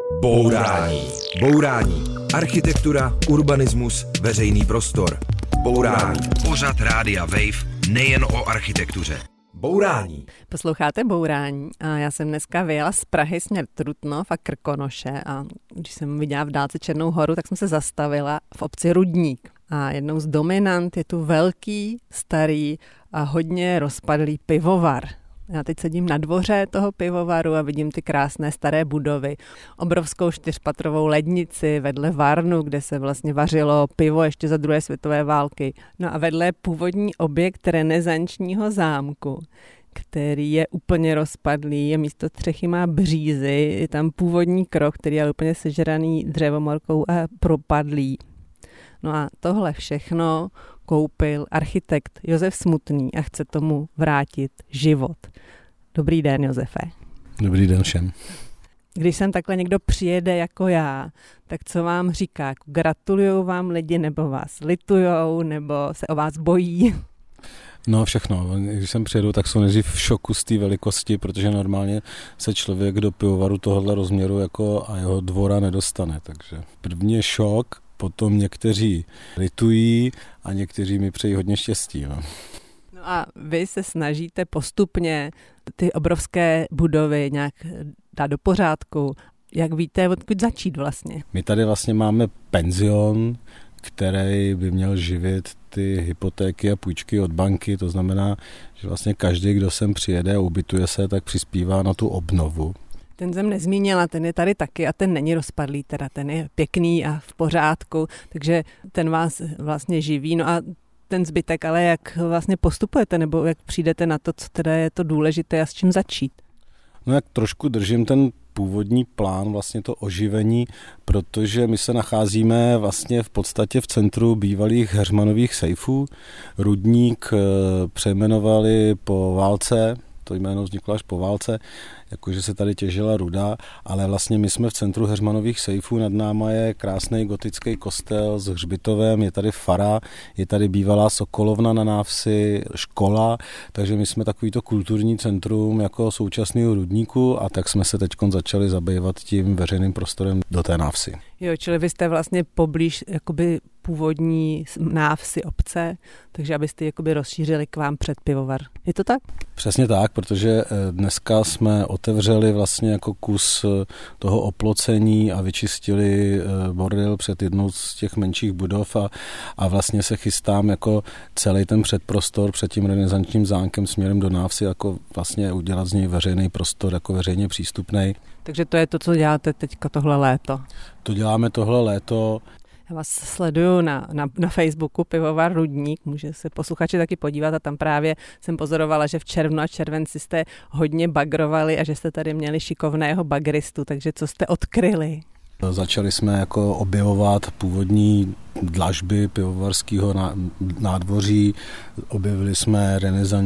Bourání. Bourání. Architektura, urbanismus, veřejný prostor. Bourání. Pořad Rádia Wave nejen o architektuře. Bourání. Posloucháte Bourání a já jsem dneska vyjela z Prahy směr Trutnov a Krkonoše a když jsem viděla v dálce Černou horu, tak jsem se zastavila v obci Rudník. A jednou z dominant je tu velký, starý a hodně rozpadlý pivovar. Já teď sedím na dvoře toho pivovaru a vidím ty krásné staré budovy. Obrovskou 4patrovou lednici vedle varnu, kde se vlastně vařilo pivo ještě za druhé světové války. No a vedle původní objekt renesančního zámku, který je úplně rozpadlý, je místo střechy má břízy, je tam původní krok, který je úplně sežraný dřevomorkou a propadlý. No a tohle všechno koupil architekt Josef Smutný a chce tomu vrátit život. Dobrý den, Josefe. Dobrý den všem. Když sem takhle někdo přijede jako já, tak co vám říká? Gratulujou vám lidi, nebo vás litujou, nebo se o vás bojí? No všechno. Když sem přijedu, tak jsou nejdřív v šoku z té velikosti, protože normálně se člověk do pivovaru tohohle rozměru jako a jeho dvora nedostane. Takže první je šok, potom někteří litují a někteří mi přejí hodně štěstí. No a vy se snažíte postupně ty obrovské budovy nějak dát do pořádku. Jak víte, odkud začít vlastně? My tady vlastně máme penzion, který by měl živit ty hypotéky a půjčky od banky. To znamená, že vlastně každý, kdo sem přijede a ubytuje se, tak přispívá na tu obnovu. Ten jsem nezmínila, ten je tady taky a ten není rozpadlý, teda ten je pěkný a v pořádku, takže ten vás vlastně živí. No a ten zbytek, ale jak vlastně postupujete, nebo jak přijdete na to, co teda je to důležité a s čím začít? No jak trošku držím ten původní plán, vlastně to oživení, protože my se nacházíme vlastně v podstatě v centru bývalých Heřmanových sejfů. Rudník přejmenovali po válce, to jméno vzniklo až po válce, jakože se tady těžila ruda, ale vlastně my jsme v centru Heřmanových sejfů, nad náma je krásný gotický kostel s hřbitovem, je tady fara, je tady bývalá sokolovna na návsi, škola, takže my jsme takovýto kulturní centrum jako současného Rudníku a tak jsme se teď začali zabývat tím veřejným prostorem do té návsi. Jo, čili vy jste vlastně poblíž jakoby původní návsi obce, takže abyste jakoby rozšířili k vám před pivovar. Je to tak? Přesně tak, protože dneska jsme otevřeli vlastně jako kus toho oplocení a vyčistili bordel před jednou z těch menších budov a vlastně se chystám jako celý ten předprostor před tím renesančním zámkem směrem do návsi jako vlastně udělat z něj veřejný prostor jako veřejně přístupný. Takže to je to, co děláte teďka tohle léto? To děláme tohle léto. Já vás sleduju na Facebooku Pivovar Rudník, může se posluchači taky podívat a tam právě jsem pozorovala, že v červnu a červenci jste hodně bagrovali a že jste tady měli šikovného bagristu, takže co jste odkryli? Začali jsme jako objevovat původní dlažby pivovarského nádvoří, objevili jsme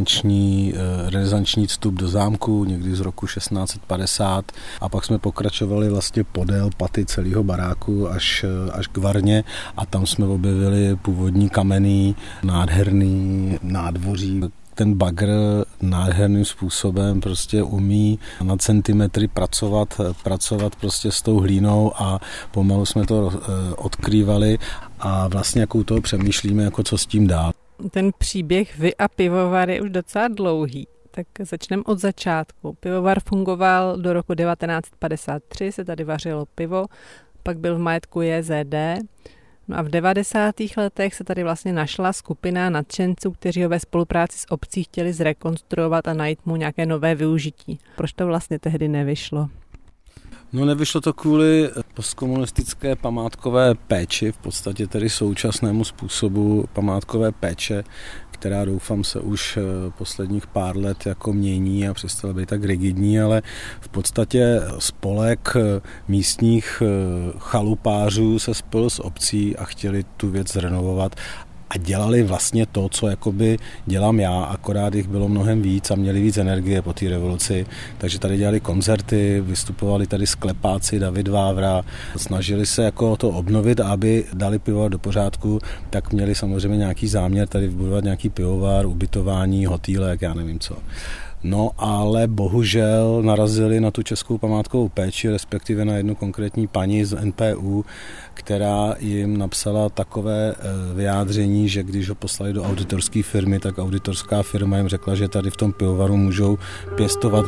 renesanční vstup do zámku někdy z roku 1650 a pak jsme pokračovali vlastně podél paty celého baráku až k varně a tam jsme objevili původní kamenný nádherný nádvoří. Ten bagr nádherným způsobem prostě umí na centimetry pracovat prostě s tou hlínou a pomalu jsme to odkrývali a vlastně jako u toho přemýšlíme, jako co s tím dál. Ten příběh vy a pivovar je už docela dlouhý, tak začneme od začátku. Pivovar fungoval do roku 1953, se tady vařilo pivo, pak byl v majetku JZD. No a v 90. letech se tady vlastně našla skupina nadšenců, kteří ho ve spolupráci s obcí chtěli zrekonstruovat a najít mu nějaké nové využití. Proč to vlastně tehdy nevyšlo? No nevyšlo to kvůli postkomunistické památkové péči, v podstatě tedy současnému způsobu památkové péče, která doufám se už posledních pár let jako mění a přestala být tak rigidní, ale v podstatě spolek místních chalupářů se spojil s obcí a chtěli tu věc zrenovovat a dělali vlastně to, co jakoby dělám já, akorát jich bylo mnohem víc a měli víc energie po té revoluci, takže tady dělali koncerty, vystupovali tady sklepáci David Vávra, snažili se jako to obnovit a aby dali pivovar do pořádku, tak měli samozřejmě nějaký záměr tady vybudovat nějaký pivovar, ubytování, hotýlek, já nevím co. No ale bohužel narazili na tu českou památkovou péči, respektive na jednu konkrétní paní z NPU, která jim napsala takové vyjádření, že když ho poslali do auditorské firmy, tak auditorská firma jim řekla, že tady v tom pivovaru můžou pěstovat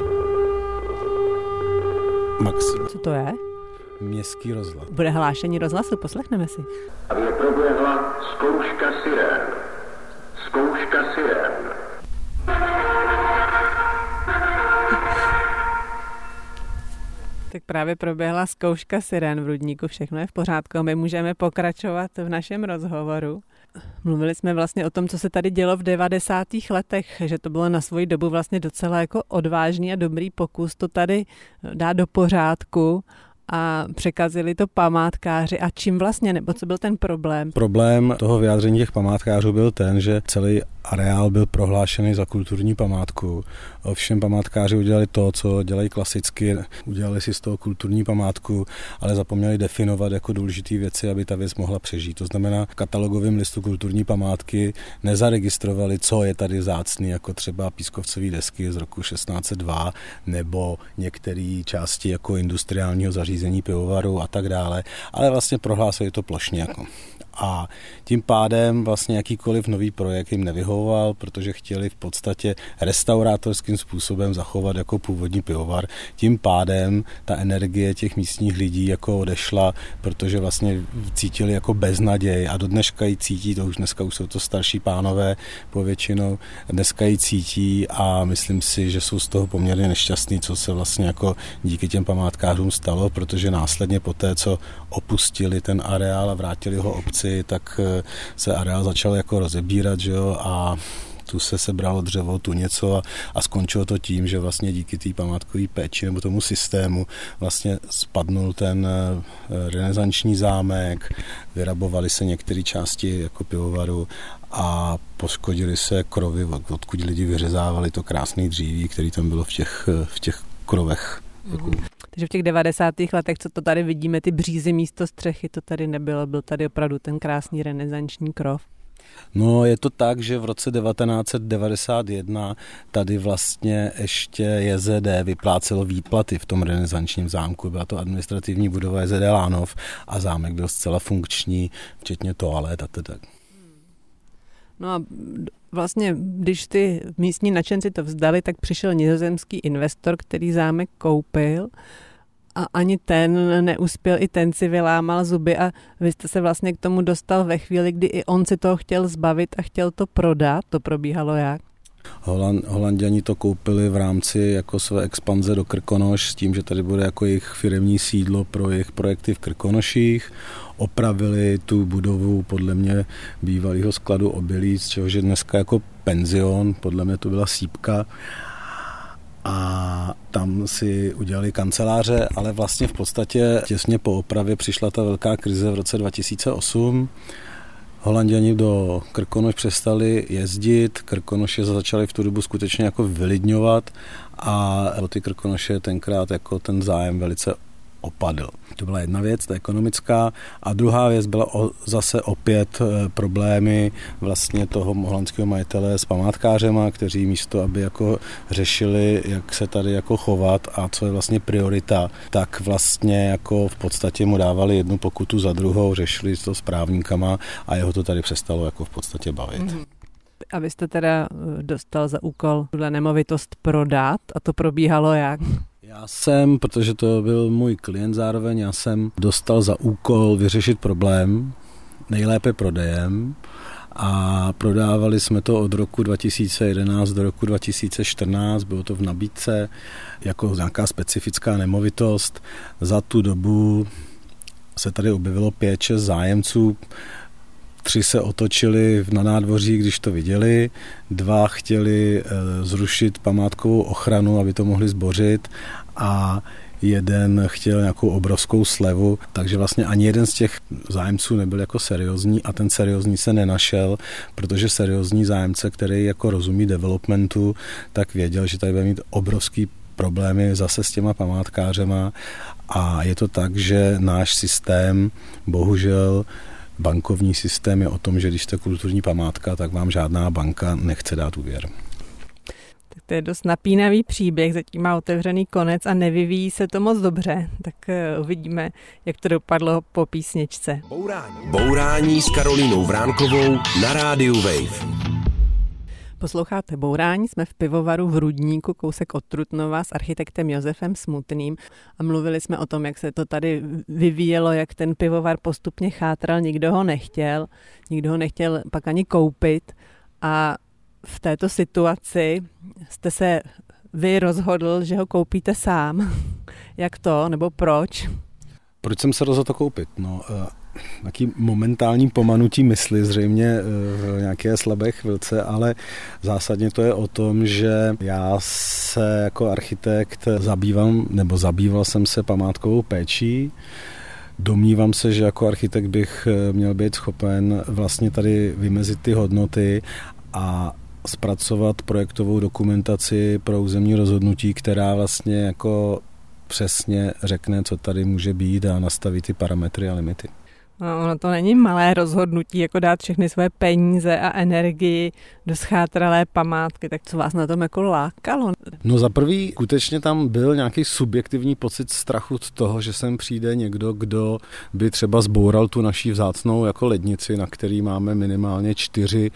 maximum. Co to je? Městský rozhlas. Bude hlášení rozhlasu, poslechneme si. Aby proběhla zkouška sirén. Zkouška sirén. Tak právě proběhla zkouška sirén v Rudníku, všechno je v pořádku. My můžeme pokračovat v našem rozhovoru. Mluvili jsme vlastně o tom, co se tady dělo v 90. letech, že to bylo na svoji dobu vlastně docela jako odvážný a dobrý pokus to tady dát do pořádku a překazili to památkáři. A čím vlastně, nebo co byl ten problém? Problém toho vyjádření těch památkářů byl ten, že celý areál byl prohlášený za kulturní památku. Ovšem památkáři udělali to, co dělají klasicky, udělali si z toho kulturní památku, ale zapomněli definovat jako důležité věci, aby ta věc mohla přežít. To znamená, v katalogovém listu kulturní památky nezaregistrovali, co je tady vzácný, jako třeba pískovcové desky z roku 1602 nebo některé části jako industriálního zařízení pivovaru a tak dále, ale vlastně prohlásili to plošně jako. A tím pádem vlastně jakýkoliv nový projekt jim nevyhovoval, protože chtěli v podstatě restaurátorským způsobem zachovat jako původní pivovar. Tím pádem ta energie těch místních lidí jako odešla, protože vlastně cítili jako beznaděj a do dneška ji cítí, to už dneska už jsou to starší pánové povětšinou, dneska ji cítí a myslím si, že jsou z toho poměrně nešťastní, co se vlastně jako díky těm památkářům stalo, protože následně po té, co opustili ten areál a vrátili ho obci, tak se areál začal jako rozebírat, že jo, a tu se sebralo dřevo, tu něco a skončilo to tím, že vlastně díky té památkové péči nebo tomu systému vlastně spadnul ten renesanční zámek, vyrabovaly se některé části jako pivovaru a poškodily se krovy, odkud lidi vyřezávali to krásné dříví, které tam bylo v těch krovech. Takže v těch 90. letech, co to tady vidíme, ty břízy místo střechy, to tady nebylo, byl tady opravdu ten krásný renesanční krov. No je to tak, že v roce 1991 tady vlastně ještě JZD vyplácelo výplaty v tom renesančním zámku. Byla to administrativní budova JZD Lánov a zámek byl zcela funkční, včetně toalet a tak. No a vlastně, když ty místní nadšenci to vzdali, tak přišel nizozemský investor, který zámek koupil a ani ten neuspěl, i ten si vylámal zuby a vy jste se vlastně k tomu dostal ve chvíli, kdy i on si toho chtěl zbavit a chtěl to prodat. To probíhalo jak? Holanďani to koupili v rámci jako své expanze do Krkonoš s tím, že tady bude jako jejich firemní sídlo pro jejich projekty v Krkonoších. Opravili tu budovu podle mě bývalého skladu obilí, z čehož je dneska jako penzion, podle mě to byla sýpka. A tam si udělali kanceláře, ale vlastně v podstatě těsně po opravě přišla ta velká krize v roce 2008. Holanďani do Krkonoš přestali jezdit, Krkonoše začaly v tu dobu skutečně jako vylidňovat a o ty Krkonoše tenkrát jako ten zájem velice opadl. To byla jedna věc, ta ekonomická, a druhá věc byla zase opět problémy vlastně toho holandského majitele s památkářema, kteří místo, aby jako řešili, jak se tady jako chovat a co je vlastně priorita, tak vlastně jako v podstatě mu dávali jednu pokutu za druhou, řešili to s právníkama a jeho to tady přestalo jako v podstatě bavit. Mm-hmm. A vy jste teda dostal za úkol tuhle nemovitost prodat a to probíhalo jak? Já jsem, protože to byl můj klient zároveň, já jsem dostal za úkol vyřešit problém, nejlépe prodejem, a prodávali jsme to od roku 2011 do roku 2014, bylo to v nabídce jako nějaká specifická nemovitost. Za tu dobu se tady objevilo 5-6 zájemců, 3 se otočili na nádvoří, když to viděli, 2 chtěli zrušit památkovou ochranu, aby to mohli zbořit, a 1 chtěl nějakou obrovskou slevu, takže vlastně ani jeden z těch zájemců nebyl jako seriózní a ten seriózní se nenašel, protože seriózní zájemce, který jako rozumí developmentu, tak věděl, že tady bude mít obrovský problémy zase s těma památkářema, a je to tak, že náš systém, bohužel bankovní systém, je o tom, že když jste kulturní památka, tak vám žádná banka nechce dát úvěr. To je dost napínavý příběh, zatím má otevřený konec a nevyvíjí se to moc dobře. Tak uvidíme, jak to dopadlo po písničce. Bourání s Karolínou Vránkovou na rádiu Wave. Posloucháte Bourání, jsme v pivovaru v Rudníku, kousek od Trutnova, s architektem Josefem Smutným a mluvili jsme o tom, jak se to tady vyvíjelo, jak ten pivovar postupně chátral, nikdo ho nechtěl pak ani koupit a v této situaci jste se vy rozhodl, že ho koupíte sám. Jak to, nebo proč? Proč jsem se rozhodl to koupit? No, nějaký momentální pomanutí mysli, zřejmě v nějaké slabé chvilce, ale zásadně to je o tom, že já se jako architekt zabýval jsem se památkovou péčí. Domnívám se, že jako architekt bych měl být schopen vlastně tady vymezit ty hodnoty a zpracovat projektovou dokumentaci pro územní rozhodnutí, která vlastně jako přesně řekne, co tady může být a nastaví ty parametry a limity. No, ono to není malé rozhodnutí, jako dát všechny své peníze a energii do schátralé památky, tak co vás na tom jako lákalo? No za prvý, skutečně tam byl nějaký subjektivní pocit strachu z toho, že sem přijde někdo, kdo by třeba zboural tu naší vzácnou jako lednici, na který máme minimálně 4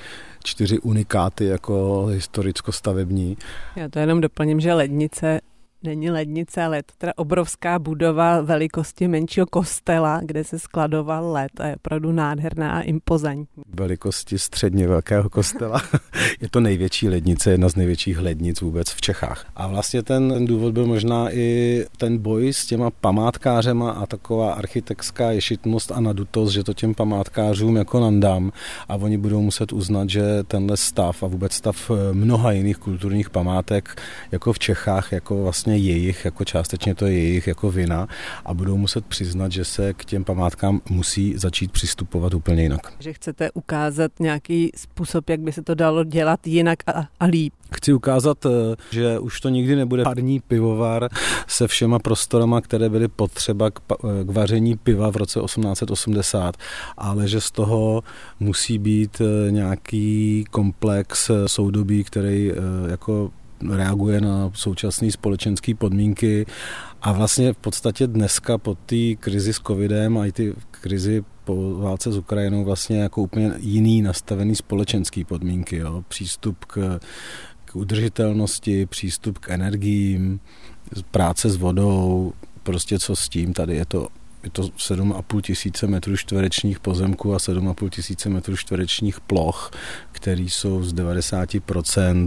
unikáty jako historicko-stavební. Já to jenom doplním, že lednice není lednice, ale je to teda obrovská budova velikosti menšího kostela, kde se skladoval led a je opravdu nádherná a impozantní. Velikosti středně velkého kostela. Je to největší lednice, jedna z největších lednic vůbec v Čechách. A vlastně ten důvod byl možná i ten boj s těma památkářema a taková architektská ješitnost a nadutost, že to těm památkářům jako nandám a oni budou muset uznat, že tenhle stav a vůbec stav mnoha jiných kulturních památek jako v Čechách jako vlastně jejich, jako částečně to je jejich jako vina a budou muset přiznat, že se k těm památkám musí začít přistupovat úplně jinak. Že chcete ukázat nějaký způsob, jak by se to dalo dělat jinak a líp. Chci ukázat, že už to nikdy nebude parní pivovar se všema prostorama, které byly potřeba k vaření piva v roce 1880, ale že z toho musí být nějaký komplex soudobí, který jako reaguje na současné společenské podmínky a vlastně v podstatě dneska po té krizi s covidem a i ty krizi po válce s Ukrajinou vlastně jako úplně jiný nastavený společenský podmínky. Jo? Přístup k udržitelnosti, přístup k energiím, práce s vodou, prostě co s tím, tady je to 7,5 tisíce metrů čtverečních pozemků a 7,5 tisíce metrů čtverečních ploch, které jsou z 90%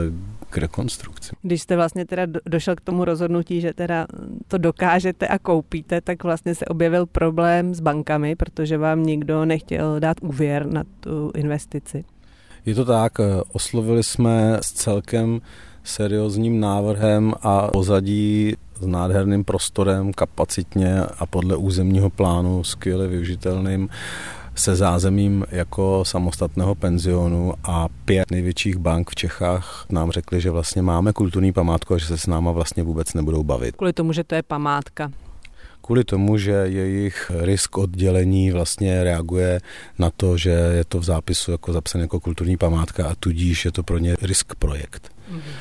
k rekonstrukci. Když jste vlastně teda došel k tomu rozhodnutí, že teda to dokážete a koupíte, tak vlastně se objevil problém s bankami, protože vám nikdo nechtěl dát úvěr na tu investici. Je to tak, oslovili jsme s celkem seriózním návrhem a pozadí s nádherným prostorem, kapacitně a podle územního plánu skvěle využitelným se zázemím jako samostatného penzionu a 5 největších bank v Čechách nám řekli, že vlastně máme kulturní památku a že se s náma vlastně vůbec nebudou bavit. Kvůli tomu, že to je památka. Kvůli tomu, že jejich risk oddělení vlastně reaguje na to, že je to v zápisu jako zapsané jako kulturní památka a tudíž je to pro ně risk projekt.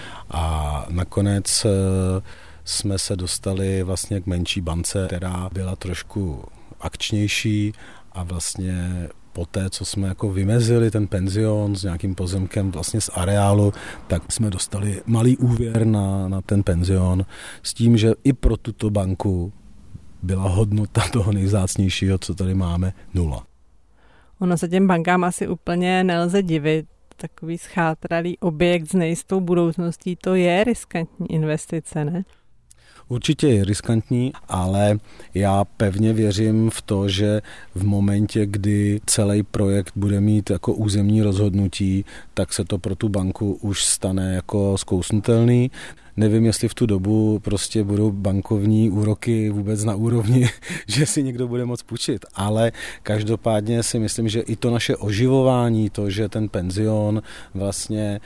A nakonec jsme se dostali vlastně k menší bance, která byla trošku akčnější a vlastně poté, co jsme jako vymezili ten penzion s nějakým pozemkem vlastně z areálu, tak jsme dostali malý úvěr na ten penzion s tím, že i pro tuto banku byla hodnota toho nejvzácnějšího, co tady máme, 0. Ono se těm bankám asi úplně nelze divit. Takový schátralý objekt s nejistou budoucností, to je riskantní investice, ne? Určitě je riskantní, ale já pevně věřím v to, že v momentě, kdy celý projekt bude mít jako územní rozhodnutí, tak se to pro tu banku už stane jako zkousnutelný. Nevím, jestli v tu dobu prostě budou bankovní úroky vůbec na úrovni, že si někdo bude moct půjčit, ale každopádně si myslím, že i to naše oživování, to, že ten penzion vlastně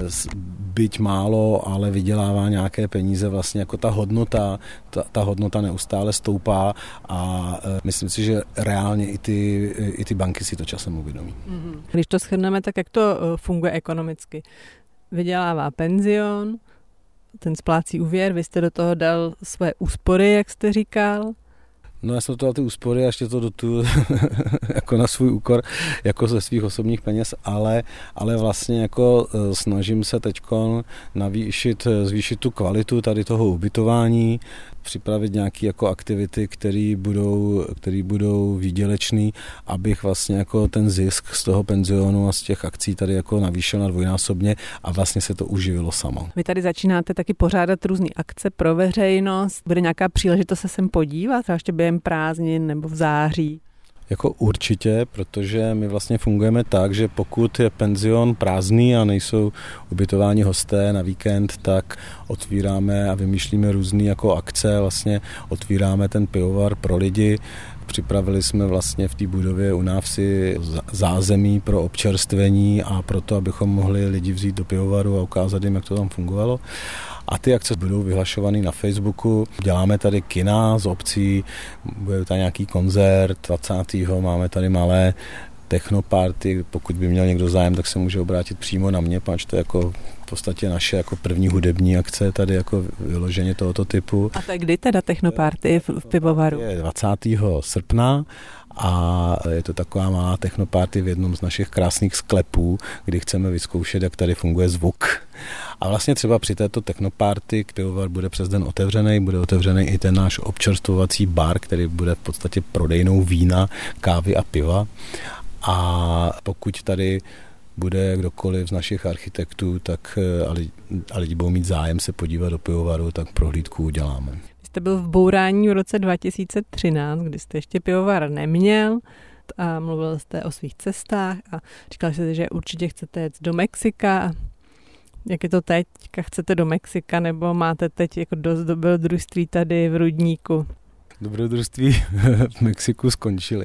byť málo, ale vydělává nějaké peníze, vlastně jako ta hodnota neustále stoupá a myslím si, že reálně i ty banky si to časem uvědomí. Když to shrneme, tak jak to funguje ekonomicky? vydělává penzion, ten splácí úvěr, vy jste do toho dal své úspory, jak jste říkal. No já jsem to dal ty úspory a ještě to dotuju jako na svůj úkor, jako ze svých osobních peněz, ale vlastně jako snažím se teďkon zvýšit tu kvalitu tady toho ubytování, připravit nějaké jako aktivity, které budou výdělečné, abych vlastně jako ten zisk z toho penzionu a z těch akcí tady jako navýšil na dvojnásobně a vlastně se to uživilo samo. Vy tady začínáte taky pořádat různé akce pro veřejnost. Bude nějaká příležitost se sem podívat, třeba ještě během prázdnin nebo v září? Jako určitě, protože my vlastně fungujeme tak, že pokud je penzion prázdný a nejsou ubytováni hosté na víkend, tak otvíráme a vymýšlíme různé jako akce, vlastně otvíráme ten pivovar pro lidi. Připravili jsme vlastně v té budově u návsi zázemí pro občerstvení a proto, abychom mohli lidi vzít do pivovaru a ukázat jim, jak to tam fungovalo. A ty akce budou vyhlašované na Facebooku. Děláme tady kina z obcí, bude tady nějaký koncert 20. Máme tady malé technoparty. Pokud by měl někdo zájem, tak se může obrátit přímo na mě, protože to je jako v podstatě naše jako první hudební akce tady jako vyloženě tohoto typu. A to je kdy teda technoparty v pivovaru? Je 20. srpna a je to taková malá technoparty v jednom z našich krásných sklepů, kdy chceme vyzkoušet, jak tady funguje zvuk. A vlastně třeba při této technoparty pivovar bude přes den otevřený, bude otevřený i ten náš občerstvovací bar, který bude v podstatě prodejnou vína, kávy a piva. A pokud tady bude kdokoliv z našich architektů, tak a lidi budou mít zájem se podívat do pivovaru, tak prohlídku uděláme. Vy jste byl v bourání v roce 2013, kdy jste ještě pivovar neměl a mluvil jste o svých cestách a říkal jste, že určitě chcete jet do Mexika. Jak je to teď? Chcete do Mexika nebo máte teď jako dost dobrodružství tady v Rudníku? Dobrodružství v Mexiku skončily.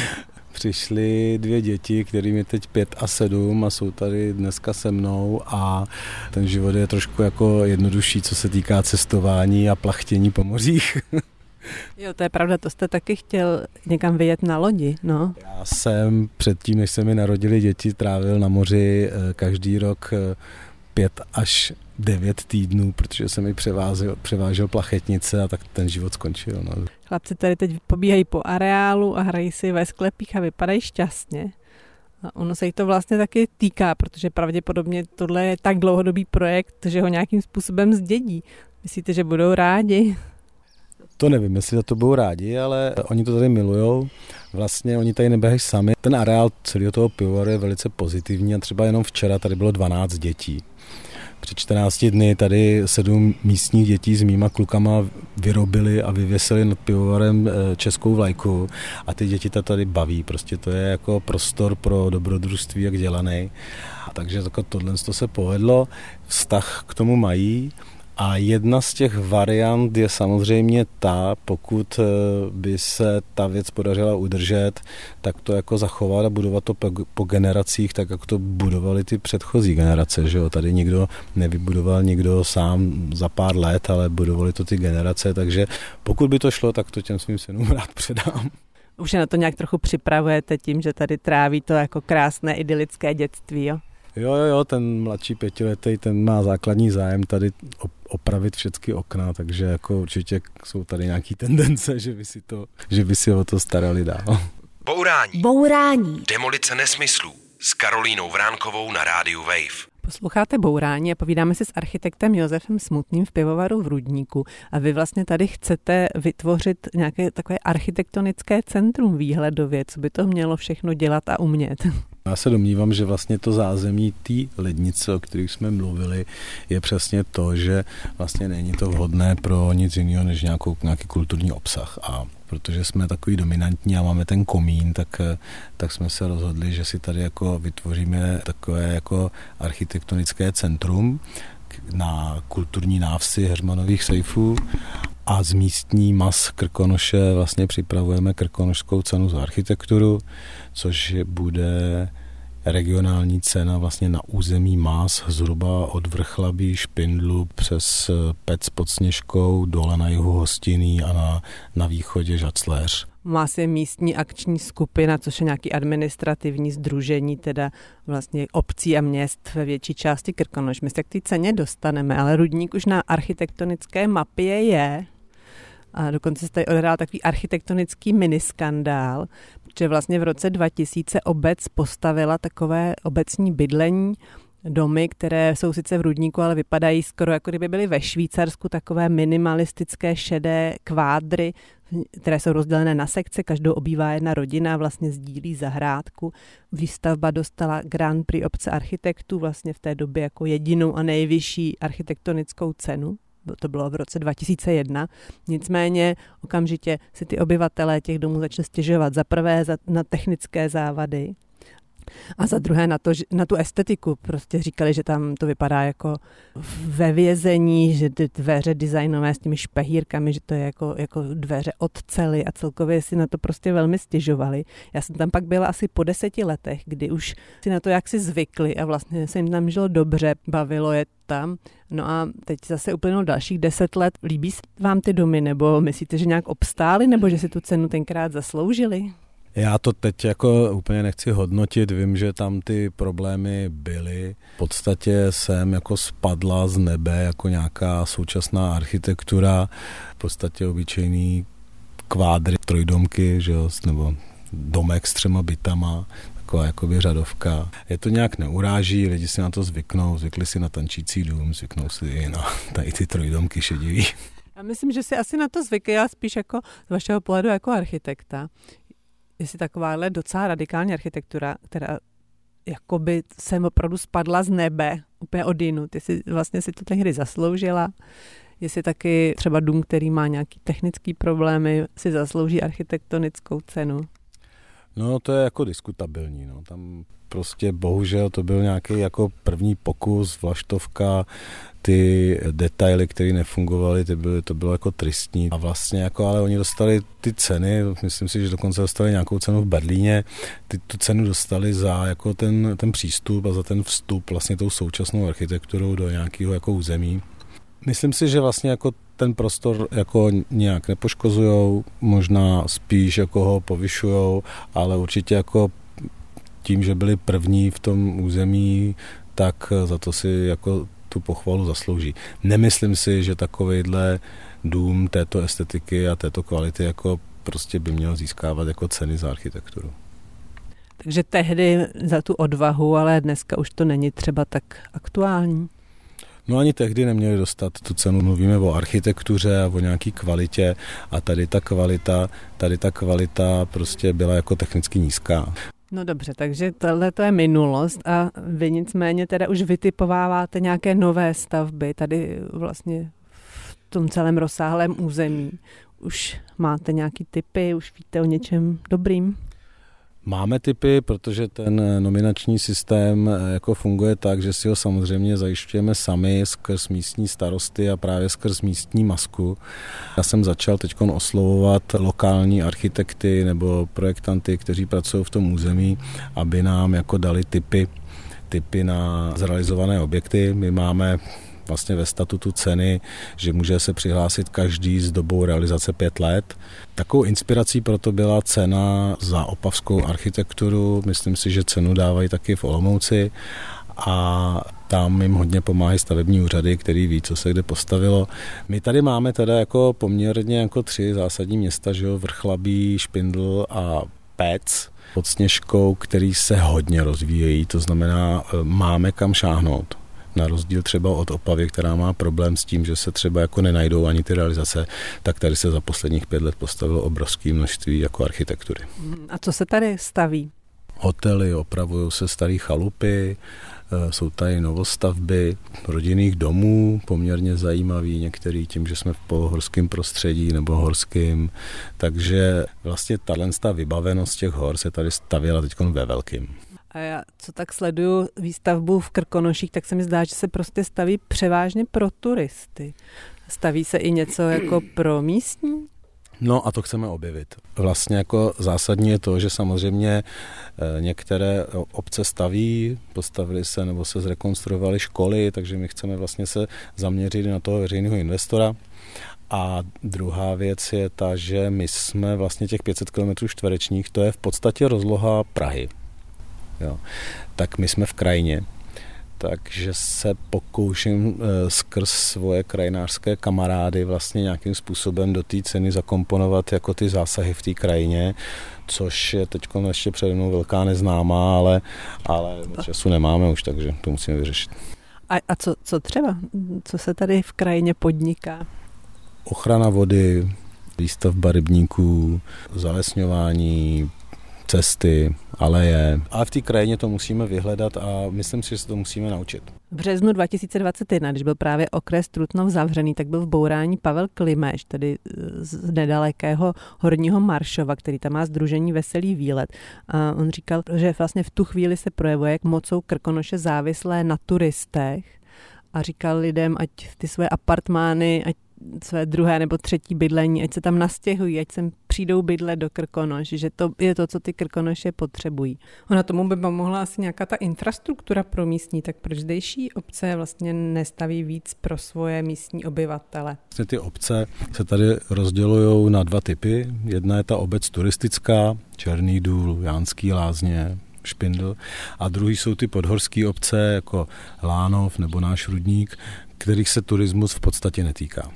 Přišly 2 děti, kterým je teď 5 a 7 a jsou tady dneska se mnou a ten život je trošku jako jednodušší, co se týká cestování a plachtění po mořích. Jo, to je pravda, to jste taky chtěl někam vyjet na lodi, no. Já jsem předtím, než se mi narodili děti, trávil na moři každý rok 5 až 9 týdnů, protože jsem mi převážel plachetnice a tak ten život skončil. No. Chlapci tady teď pobíhají po areálu a hrají si ve sklepích a vypadají šťastně. A ono se jich to vlastně taky týká, protože pravděpodobně tohle je tak dlouhodobý projekt, že ho nějakým způsobem zdědí. Myslíte, že budou rádi? To nevím, jestli za to budou rádi, ale oni to tady milujou. Vlastně oni tady neběhají sami. Ten areál celého toho pivovaru je velice pozitivní a třeba jenom včera tady bylo 12 dětí. Před 14 dny tady 7 místních dětí s mýma klukama vyrobili a vyvěsili nad pivovarem českou vlajku a ty děti to tady baví. Prostě to je jako prostor pro dobrodružství, jak dělaný. Takže tohle se povedlo, vztah k tomu mají. A jedna z těch variant je samozřejmě pokud by se ta věc podařila udržet, tak to jako zachovat a budovat to po generacích, tak jak to budovali ty předchozí generace. Že jo? Tady nikdo nevybudoval nikdo sám za pár let, ale budovali to ty generace, takže pokud by to šlo, tak to těm svým synům rád předám. Už se na to nějak trochu připravujete tím, že tady tráví to jako krásné idylické dětství, jo? Jo, ten mladší 5letý, ten má základní zájem tady opravit všechny okna, takže jako určitě jsou tady nějaký tendence, že by si o to starali dál. Bourání. Demolice nesmyslů s Karolínou Vránkovou na rádiu Wave. Posloucháte Bourání a povídáme si s architektem Josefem Smutným v pivovaru v Rudníku. A vy vlastně tady chcete vytvořit nějaké takové architektonické centrum výhledově, co by to mělo všechno dělat a umět. Já se domnívám, že vlastně to zázemí té lednice, o kterých jsme mluvili, je přesně to, že vlastně není to vhodné pro nic jiného než nějaký kulturní obsah. A protože jsme takový dominantní a máme ten komín, tak jsme se rozhodli, že si tady jako vytvoříme takové jako architektonické centrum na kulturní návsi Heřmanových sejfů a z místní mas Krkonoše vlastně připravujeme krkonošskou cenu za architekturu, což bude regionální cena vlastně na území Más, zhruba od Vrchlabí, Špindlu přes Pec pod Sněžkou, dole na jihu Hostinný a na východě Žacléř. Más je místní akční skupina, což je nějaký administrativní sdružení, teda vlastně obcí a měst ve větší části Krkonoš. My se k té ceně dostaneme, ale Rudník už na architektonické mapě je. A dokonce se tady odehrál takový architektonický miniskandál, protože vlastně v roce 2000 obec postavila takové obecní bydlení, domy, které jsou sice v Rudníku, ale vypadají skoro jako kdyby byly ve Švýcarsku, takové minimalistické šedé kvádry, které jsou rozdělené na sekce, každou obývá jedna rodina, vlastně sdílí zahrádku. Výstavba dostala Grand Prix obce architektů vlastně v té době jako jedinou a nejvyšší architektonickou cenu. To bylo v roce 2001. Nicméně okamžitě si ty obyvatelé těch domů začali stěžovat za prvé na technické závady a za druhé na tu estetiku. Prostě říkali, že tam to vypadá jako ve vězení, že ty dveře designové s těmi špehírkami, že to je jako dveře od cely a celkově si na to prostě velmi stěžovali. Já jsem tam pak byla asi po 10 letech, kdy už si na to jaksi zvykli a vlastně se jim tam žilo dobře, bavilo je tam. No a teď zase uplynulo dalších 10 let. Líbí se vám ty domy, nebo myslíte, že nějak obstály, nebo že si tu cenu tenkrát zasloužili? Já to teď jako úplně nechci hodnotit, vím, že tam ty problémy byly. V podstatě jsem jako spadla z nebe jako nějaká současná architektura, v podstatě obyčejný kvádry, trojdomky, že jo, nebo domek s 3 bytama, taková jakoby řadovka. Je to nějak neuráží, lidi si na to zvykli si na tančící dům, zvyknou si i na tady ty trojdomky šedivý. Já myslím, že si asi na to zvykli, ale spíš jako z vašeho pohledu jako architekta. Jestli takováhle docela radikální architektura, která jakoby jsem opravdu spadla z nebe, úplně odjinud, jestli vlastně si to té hry zasloužila, jestli taky třeba dům, který má nějaký technický problémy, si zaslouží architektonickou cenu. No to je jako diskutabilní, no. Tam prostě bohužel to byl nějaký jako první pokus, vlaštovka, ty detaily, které nefungovaly, to bylo jako tristní. A vlastně jako, ale oni dostali ty ceny, myslím si, že dokonce dostali nějakou cenu v Berlíně, tu cenu dostali za jako ten přístup a za ten vstup vlastně tou současnou architekturou do nějakého jako území. Myslím si, že vlastně jako ten prostor jako nějak nepoškozujou, možná spíš jako ho povyšujou, ale určitě jako tím, že byli první v tom území, tak za to si jako tu pochvalu zaslouží. Nemyslím si, že takovejhle dům této estetiky a této kvality jako prostě by měl získávat jako ceny za architekturu. Takže tehdy za tu odvahu, ale dneska už to není třeba tak aktuální. No ani tehdy neměli dostat tu cenu. Mluvíme o architektuře a o nějaký kvalitě a tady ta kvalita prostě byla jako technicky nízká. No dobře, takže tohle to je minulost a vy nicméně teda už vytipováváte nějaké nové stavby tady vlastně v tom celém rozsáhlém území. Už máte nějaký tipy, už víte o něčem dobrým? Máme tipy, protože ten nominační systém jako funguje tak, že si ho samozřejmě zajišťujeme sami skrz místní starosty a právě skrz místní masku. Já jsem začal teď oslovovat lokální architekty nebo projektanty, kteří pracují v tom území, aby nám jako dali tipy na zrealizované objekty. My máme vlastně ve statutu ceny, že může se přihlásit každý s dobou realizace 5 let. Takovou inspirací proto byla cena za opavskou architekturu. Myslím si, že cenu dávají taky v Olomouci a tam jim hodně pomáhají stavební úřady, který ví, co se kde postavilo. My tady máme teda jako poměrně jako 3 zásadní města, že jo, Vrchlabí, Špindl a Pec pod Sněžkou, který se hodně rozvíjejí, to znamená, máme kam šáhnout. Na rozdíl třeba od Opavy, která má problém s tím, že se třeba jako nenajdou ani ty realizace, tak tady se za posledních 5 let postavilo obrovské množství jako architektury. A co se tady staví? Hotely, opravují se staré chalupy, jsou tady novostavby rodinných domů, poměrně zajímavý, některý tím, že jsme v polohorském prostředí nebo horským, takže vlastně tato vybavenost těch hor se tady stavěla teď ve velkým. A já, co tak sleduju výstavbu v Krkonoších, tak se mi zdá, že se prostě staví převážně pro turisty. Staví se i něco jako pro místní? No a to chceme objevit. Vlastně jako zásadní je to, že samozřejmě některé obce postavili se nebo se zrekonstruovaly školy, takže my chceme vlastně se zaměřit na toho veřejného investora. A druhá věc je ta, že my jsme vlastně těch 500 km čtverečních, to je v podstatě rozloha Prahy. Jo. Tak my jsme v krajině. Takže se pokouším skrz svoje krajinářské kamarády vlastně nějakým způsobem do té ceny zakomponovat jako ty zásahy v té krajině, což je teď ještě přede mnou velká neznámá, ale času nemáme už, takže to musíme vyřešit. A co třeba? Co se tady v krajině podniká? Ochrana vody, výstavba rybníků, zalesňování, cesty, aleje. Ale v té krajině to musíme vyhledat a myslím si, že se to musíme naučit. V březnu 2021, když byl právě okres Trutnov zavřený, tak byl v bourání Pavel Klimeš, tedy z nedalekého Horního Maršova, který tam má sdružení Veselý výlet. A on říkal, že vlastně v tu chvíli se projevuje, jak moc jsou Krkonoše závislé na turistech a říkal lidem, ať ty své apartmány, ať své druhé nebo třetí bydlení, ať se tam nastěhují, ať sem přijdou bydlet do Krkonoš, že to je to, co ty Krkonoše potřebují. Ona tomu by pomohla asi nějaká ta infrastruktura pro místní, tak proč zdejší obce vlastně nestaví víc pro svoje místní obyvatele? Ty obce se tady rozdělují na dva typy. Jedna je ta obec turistická, Černý Důl, Jánský Lázně, Špindl, a druhý jsou ty podhorské obce jako Lánov nebo náš Rudník, kterých se turismus v podstatě netýká.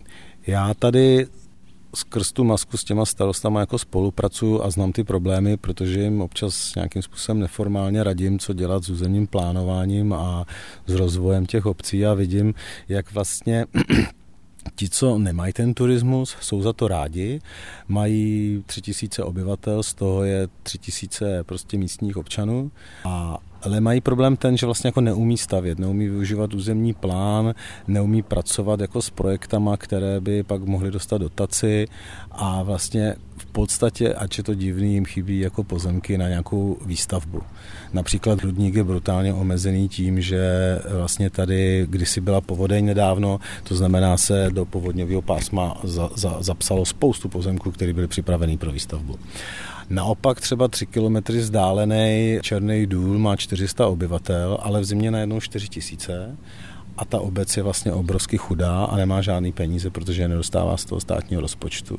Já tady skrz tu masku s těma starostama jako spolupracuju a znám ty problémy, protože jim občas nějakým způsobem neformálně radím, co dělat s územním plánováním a s rozvojem těch obcí a vidím, jak vlastně ti, co nemají ten turismus, jsou za to rádi, mají 3000 obyvatel, z toho je 3000 prostě místních občanů, ale mají problém ten, že vlastně jako neumí stavět, neumí využívat územní plán, neumí pracovat jako s projektama, které by pak mohly dostat dotaci a vlastně v podstatě, ač je to divný, jim chybí jako pozemky na nějakou výstavbu. Například Rudník je brutálně omezený tím, že vlastně tady kdysi byla povodeň nedávno, to znamená se do povodňového pásma zapsalo spoustu pozemků, které byly připravený pro výstavbu. Naopak třeba 3 kilometry vzdálený Černý Důl má 400 obyvatel, ale v zimě najednou 4000 a ta obec je vlastně obrovsky chudá a nemá žádný peníze, protože je nedostává z toho státního rozpočtu.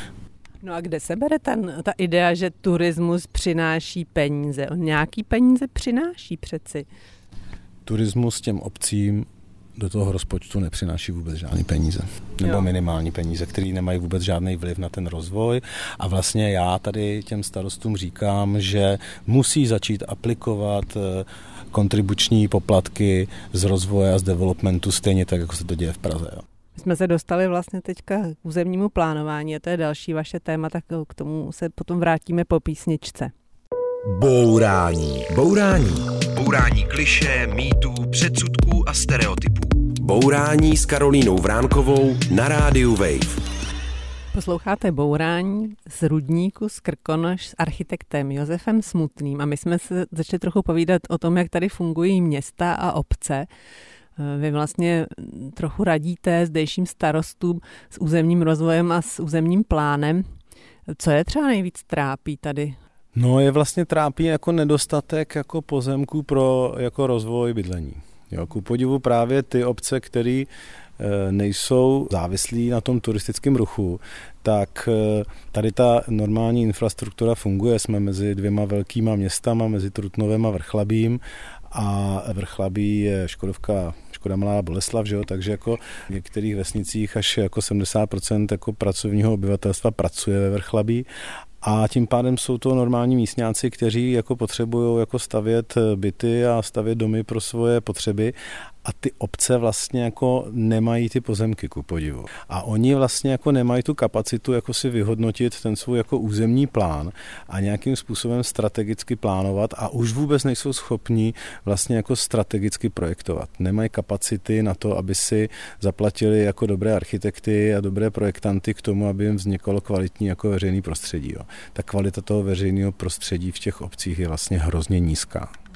No a kde se bere ta idea, že turismus přináší peníze? On nějaký peníze přináší přeci. Turismus těm obcím do toho rozpočtu nepřináší vůbec žádný peníze. Nebo minimální peníze, které nemají vůbec žádný vliv na ten rozvoj. A vlastně já tady těm starostům říkám, že musí začít aplikovat kontribuční poplatky z rozvoje a z developmentu stejně tak, jako se to děje v Praze. Jo. My jsme se dostali vlastně teďka k územnímu plánování a to je další vaše téma, tak k tomu se potom vrátíme po písničce. Bourání. Bourání klišé, mýtů, předsudků a stereotypů. Bourání s Karolínou Vránkovou na rádiu Wave. Posloucháte Bourání z Rudníku, z Krkonoš s architektem Josefem Smutným a my jsme se začali trochu povídat o tom, jak tady fungují města a obce. Vy vlastně trochu radíte zdejším starostům s územním rozvojem a s územním plánem. Co je třeba nejvíc trápí tady? No je vlastně trápí jako nedostatek jako pozemků pro jako rozvoj bydlení. Jo, ku podivu právě ty obce, které nejsou závislí na tom turistickém ruchu, tak tady ta normální infrastruktura funguje. Jsme mezi dvěma velkýma městama, mezi Trutnovem a Vrchlabím a Vrchlabí je Škoda Malá Boleslav, že jo? Takže jako v některých vesnicích až jako 70% jako pracovního obyvatelstva pracuje ve Vrchlabí. A tím pádem jsou to normální místňáci, kteří jako potřebují jako stavět byty a stavět domy pro svoje potřeby a ty obce vlastně jako nemají ty pozemky, ku podivu. A oni vlastně jako nemají tu kapacitu jako si vyhodnotit ten svůj jako územní plán a nějakým způsobem strategicky plánovat a už vůbec nejsou schopní vlastně jako strategicky projektovat. Nemají kapacity na to, aby si zaplatili jako dobré architekty a dobré projektanty k tomu, aby jim vzniklo kvalitní jako veřejný prostředí. Jo. Ta kvalita toho veřejného prostředí v těch obcích je vlastně hrozně nízká.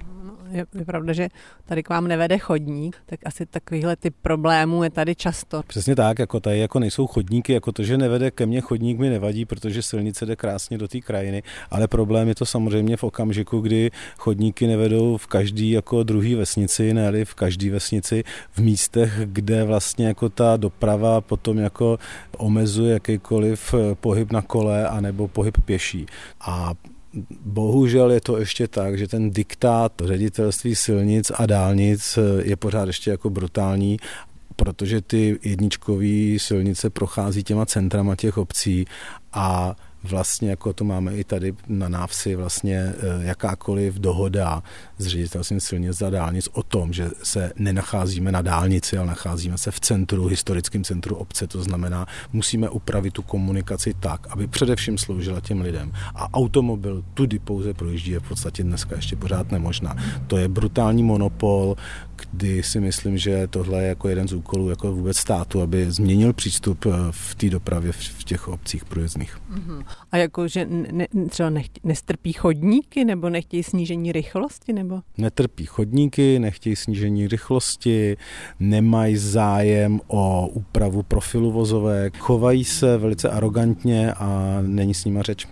Je pravda, že tady k vám nevede chodník, tak asi takovýhle typ problémů je tady často. Přesně tak, jako tady jako nejsou chodníky, jako to, že nevede ke mně chodník, mi nevadí, protože silnice jde krásně do té krajiny, ale problém je to samozřejmě v okamžiku, kdy chodníky nevedou v každý jako druhý vesnici, ne v každý vesnici, v místech, kde vlastně jako ta doprava potom jako omezuje jakýkoliv pohyb na kole anebo pohyb pěší. A bohužel je to ještě tak, že ten diktát ředitelství silnic a dálnic je pořád ještě jako brutální, protože ty jedničkové silnice prochází těma centrama těch obcí a vlastně jako to máme i tady na návsi vlastně jakákoliv dohoda s ředitelstvím silnic a dálnic o tom, že se nenacházíme na dálnici, ale nacházíme se v centru, historickém centru obce, to znamená, musíme upravit tu komunikaci tak, aby především sloužila těm lidem. A automobil tudy pouze projíždí je v podstatě dneska ještě pořád nemožná. To je brutální monopol, kdy si myslím, že tohle je jako jeden z úkolů jako vůbec státu, aby změnil přístup v té dopravě v těch obcích průjezdných. A jakože třeba nestrpí chodníky nebo nechtějí snížení rychlosti? Nebo? Netrpí chodníky, nechtějí snížení rychlosti, nemají zájem o úpravu profilu vozovek, chovají se velice arrogantně a není s nima řeč.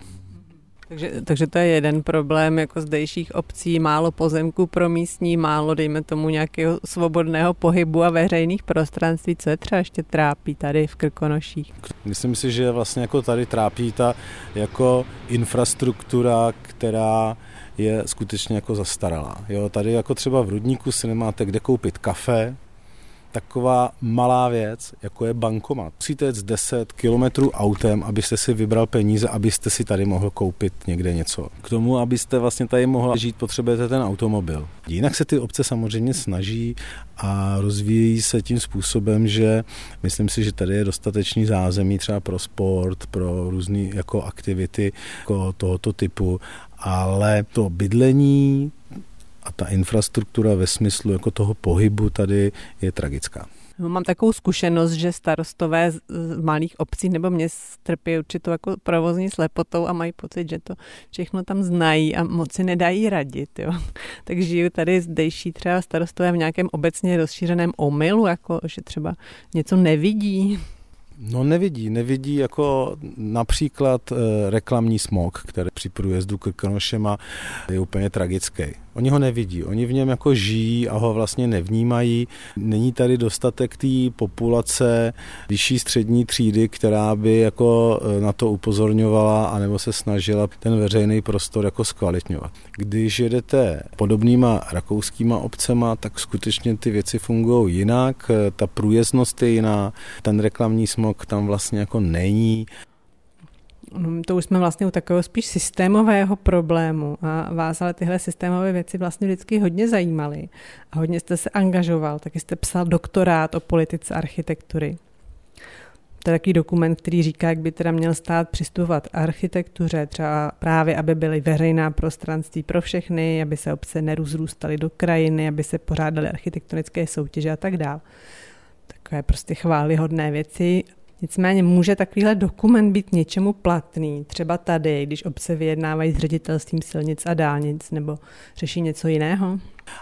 Takže to je jeden problém jako zdejších obcí, málo pozemků pro místní, málo, dejme tomu, nějakého svobodného pohybu a veřejných prostranství. Co je třeba ještě trápí tady v Krkonoších? Myslím si, že vlastně jako tady trápí ta jako infrastruktura, která je skutečně jako zastaralá. Jo, tady jako třeba v Rudníku si nemáte kde koupit kafe, taková malá věc, jako je bankomat. Musíte jet z 10 kilometrů autem, abyste si vybral peníze, abyste si tady mohl koupit někde něco. K tomu, abyste vlastně tady mohl žít, potřebujete ten automobil. Jinak se ty obce samozřejmě snaží a rozvíjí se tím způsobem, že myslím si, že tady je dostatečný zázemí třeba pro sport, pro různé jako aktivity jako tohoto typu, ale to bydlení a ta infrastruktura ve smyslu jako toho pohybu tady je tragická. Mám takovou zkušenost, že starostové z malých obcí nebo měst trpí určitou jako provozní slepotou a mají pocit, že to všechno tam znají a moc si nedají radit. Jo. Tak žiju tady zdejší třeba starostové v nějakém obecně rozšířeném omylu, jako že třeba něco nevidí. No nevidí jako například reklamní smog, který při průjezdu Krkonošema je úplně tragický. Oni ho nevidí, oni v něm jako žijí a ho vlastně nevnímají. Není tady dostatek té populace vyšší střední třídy, která by jako na to upozorňovala anebo se snažila ten veřejný prostor jako zkvalitňovat. Když jedete podobnýma rakouskýma obcema, tak skutečně ty věci fungují jinak, ta průjezdnost je jiná, ten reklamní smog tam vlastně jako není. To už jsme vlastně u takového spíš systémového problému a vás ale tyhle systémové věci vlastně vždycky hodně zajímaly a hodně jste se angažoval, taky jste psal doktorát o politice architektury. To je takový dokument, který říká, jak by teda měl stát přistupovat architektuře, třeba právě, aby byly veřejná prostranství pro všechny, aby se obce nerozrůstaly do krajiny, aby se pořádaly architektonické soutěže a tak dále. Takové prostě chvályhodné věci. Nicméně může takovýhle dokument být něčemu platný, třeba tady, když obce vyjednávají s ředitelstvím silnic a dálnic, nebo řeší něco jiného?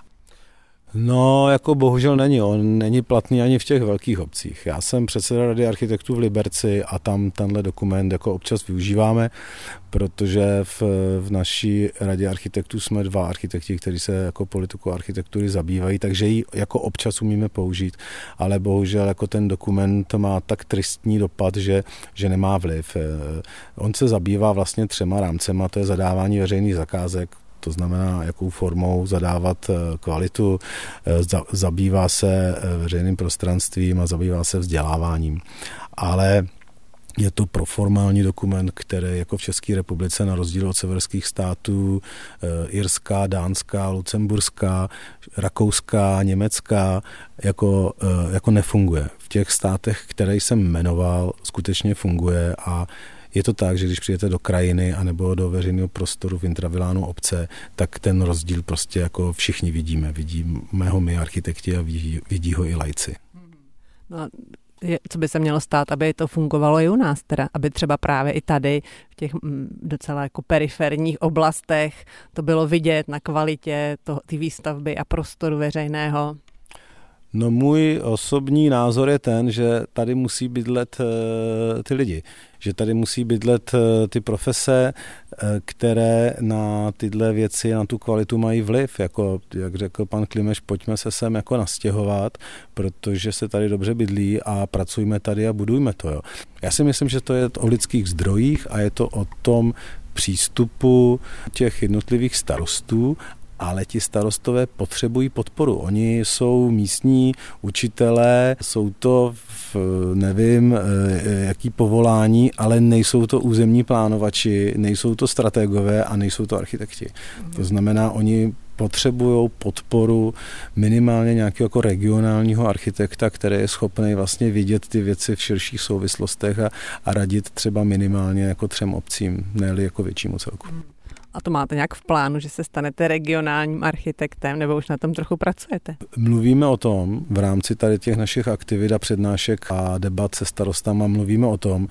No, jako bohužel není. On není platný ani v těch velkých obcích. Já jsem předseda Rady architektů v Liberci a tam tenhle dokument jako občas využíváme, protože v naší Radě architektů jsme 2 architekti, kteří se jako politikou architektury zabývají, takže ji jako občas umíme použít, ale bohužel jako ten dokument má tak tristní dopad, že nemá vliv. On se zabývá vlastně 3 rámcema, to je zadávání veřejných zakázek, to znamená, jakou formou zadávat kvalitu, zabývá se veřejným prostranstvím a zabývá se vzděláváním. Ale je to proformální dokument, který jako v České republice na rozdíl od severských států, irská, dánská, lucemburská, rakouská, německá, jako nefunguje. V těch státech, které jsem jmenoval, skutečně funguje a je to tak, že když přijete do krajiny anebo do veřejného prostoru v intravilánu obce, tak ten rozdíl prostě jako všichni vidíme. Vidíme ho my architekti a vidí ho i laici. No, Co by se mělo stát, aby to fungovalo i u nás teda, aby třeba právě i tady v těch docela jako periferních oblastech to bylo vidět na kvalitě ty výstavby a prostoru veřejného? No můj osobní názor je ten, že tady musí bydlet ty lidi, že tady musí bydlet ty profese, které na tyhle věci, na tu kvalitu mají vliv. Jako, jak řekl pan Klimeš, pojďme se sem jako nastěhovat, protože se tady dobře bydlí a pracujme tady a budujme to. Jo. Já si myslím, že to je o lidských zdrojích a je to o tom přístupu těch jednotlivých starostů, ale ti starostové potřebují podporu. Oni jsou místní učitelé, jsou to nevím, jaký povolání, ale nejsou to územní plánovači, nejsou to strategové a nejsou to architekti. To znamená, oni potřebují podporu minimálně nějakého jako regionálního architekta, který je schopný vlastně vidět ty věci v širších souvislostech a radit třeba minimálně jako 3 obcím, ne-li jako většímu celku. A to máte nějak v plánu, že se stanete regionálním architektem, nebo už na tom trochu pracujete? Mluvíme o tom v rámci tady těch našich aktivit a přednášek a debat se starostama, mluvíme o tom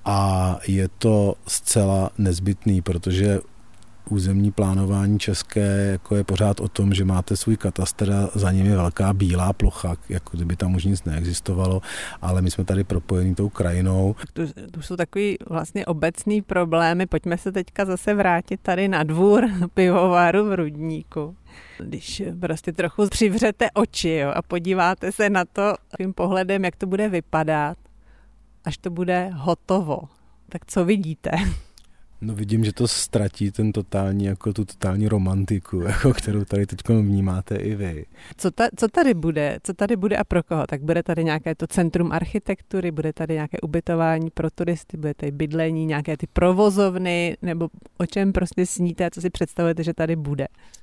a je to zcela nezbytný, protože územní plánování české jako je pořád o tom, že máte svůj katastr a za ním je velká bílá plocha, jako kdyby tam už nic neexistovalo, ale my jsme tady propojení tou krajinou. To jsou takový vlastně obecný problémy. Pojďme se teďka zase vrátit tady na dvůr pivovaru v Rudníku. Když prostě trochu přivřete oči, jo, a podíváte se na to tím pohledem, jak to bude vypadat, až to bude hotovo. Tak co vidíte? No vidím, že to ztratí ten totální, jako tu totální romantiku, jako kterou tady teď vnímáte i vy. Co tady bude? Co tady bude a pro koho? Tak bude tady nějaké to centrum architektury, bude tady nějaké ubytování pro turisty, bude tady bydlení, nějaké ty provozovny, nebo o čem prostě sníte, co si představujete, že tady bude?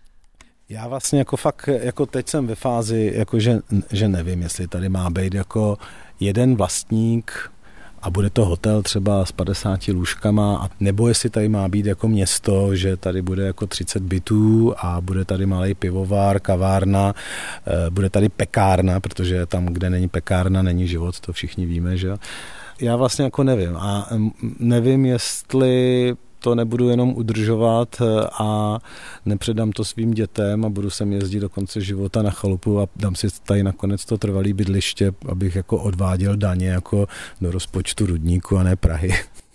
Já vlastně jako fakt, jako teď jsem ve fázi, jako že nevím, jestli tady má být jako jeden vlastník, a bude to hotel třeba s 50 lůžkama, nebo jestli tady má být jako město, že tady bude jako 30 bytů a bude tady malý pivovar, kavárna, bude tady pekárna, protože tam, kde není pekárna, není život, to všichni víme, že? Já vlastně jako nevím a nevím, jestli to nebudu jenom udržovat a nepředám to svým dětem a budu sem jezdit do konce života na chalupu a dám si tady nakonec to trvalé bydliště, abych jako odváděl daně jako do rozpočtu Rudníku a ne Prahy.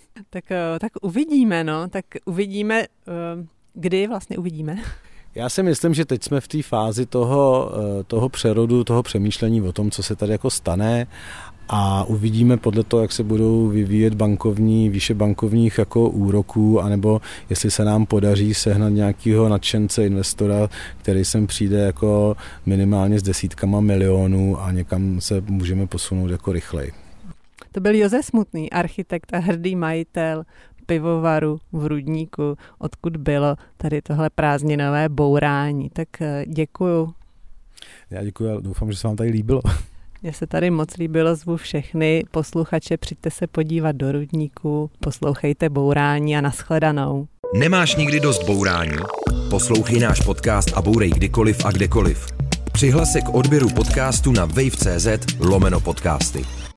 Tak uvidíme, no. Tak uvidíme, kdy vlastně uvidíme. Já si myslím, že teď jsme v té fázi toho přerodu, toho přemýšlení o tom, co se tady jako stane a uvidíme podle toho, jak se budou vyvíjet výše bankovních jako úroků, anebo jestli se nám podaří sehnat nějakého nadšence, investora, který sem přijde jako minimálně s desítkama milionů a někam se můžeme posunout jako rychleji. To byl Josef Smutný, architekt a hrdý majitel pivovaru v Rudníku, odkud bylo tady tohle prázdninové bourání. Tak děkuju. Já děkuji a doufám, že se vám tady líbilo. Mně se tady moc líbilo, zvu všechny posluchače, přijďte se podívat do Rudníku, poslouchejte bourání a nashledanou. Nemáš nikdy dost bourání? Poslouchej náš podcast a bourej kdykoliv a kdekoliv. Přihlas se k odběru podcastu na wave.cz/podcasty.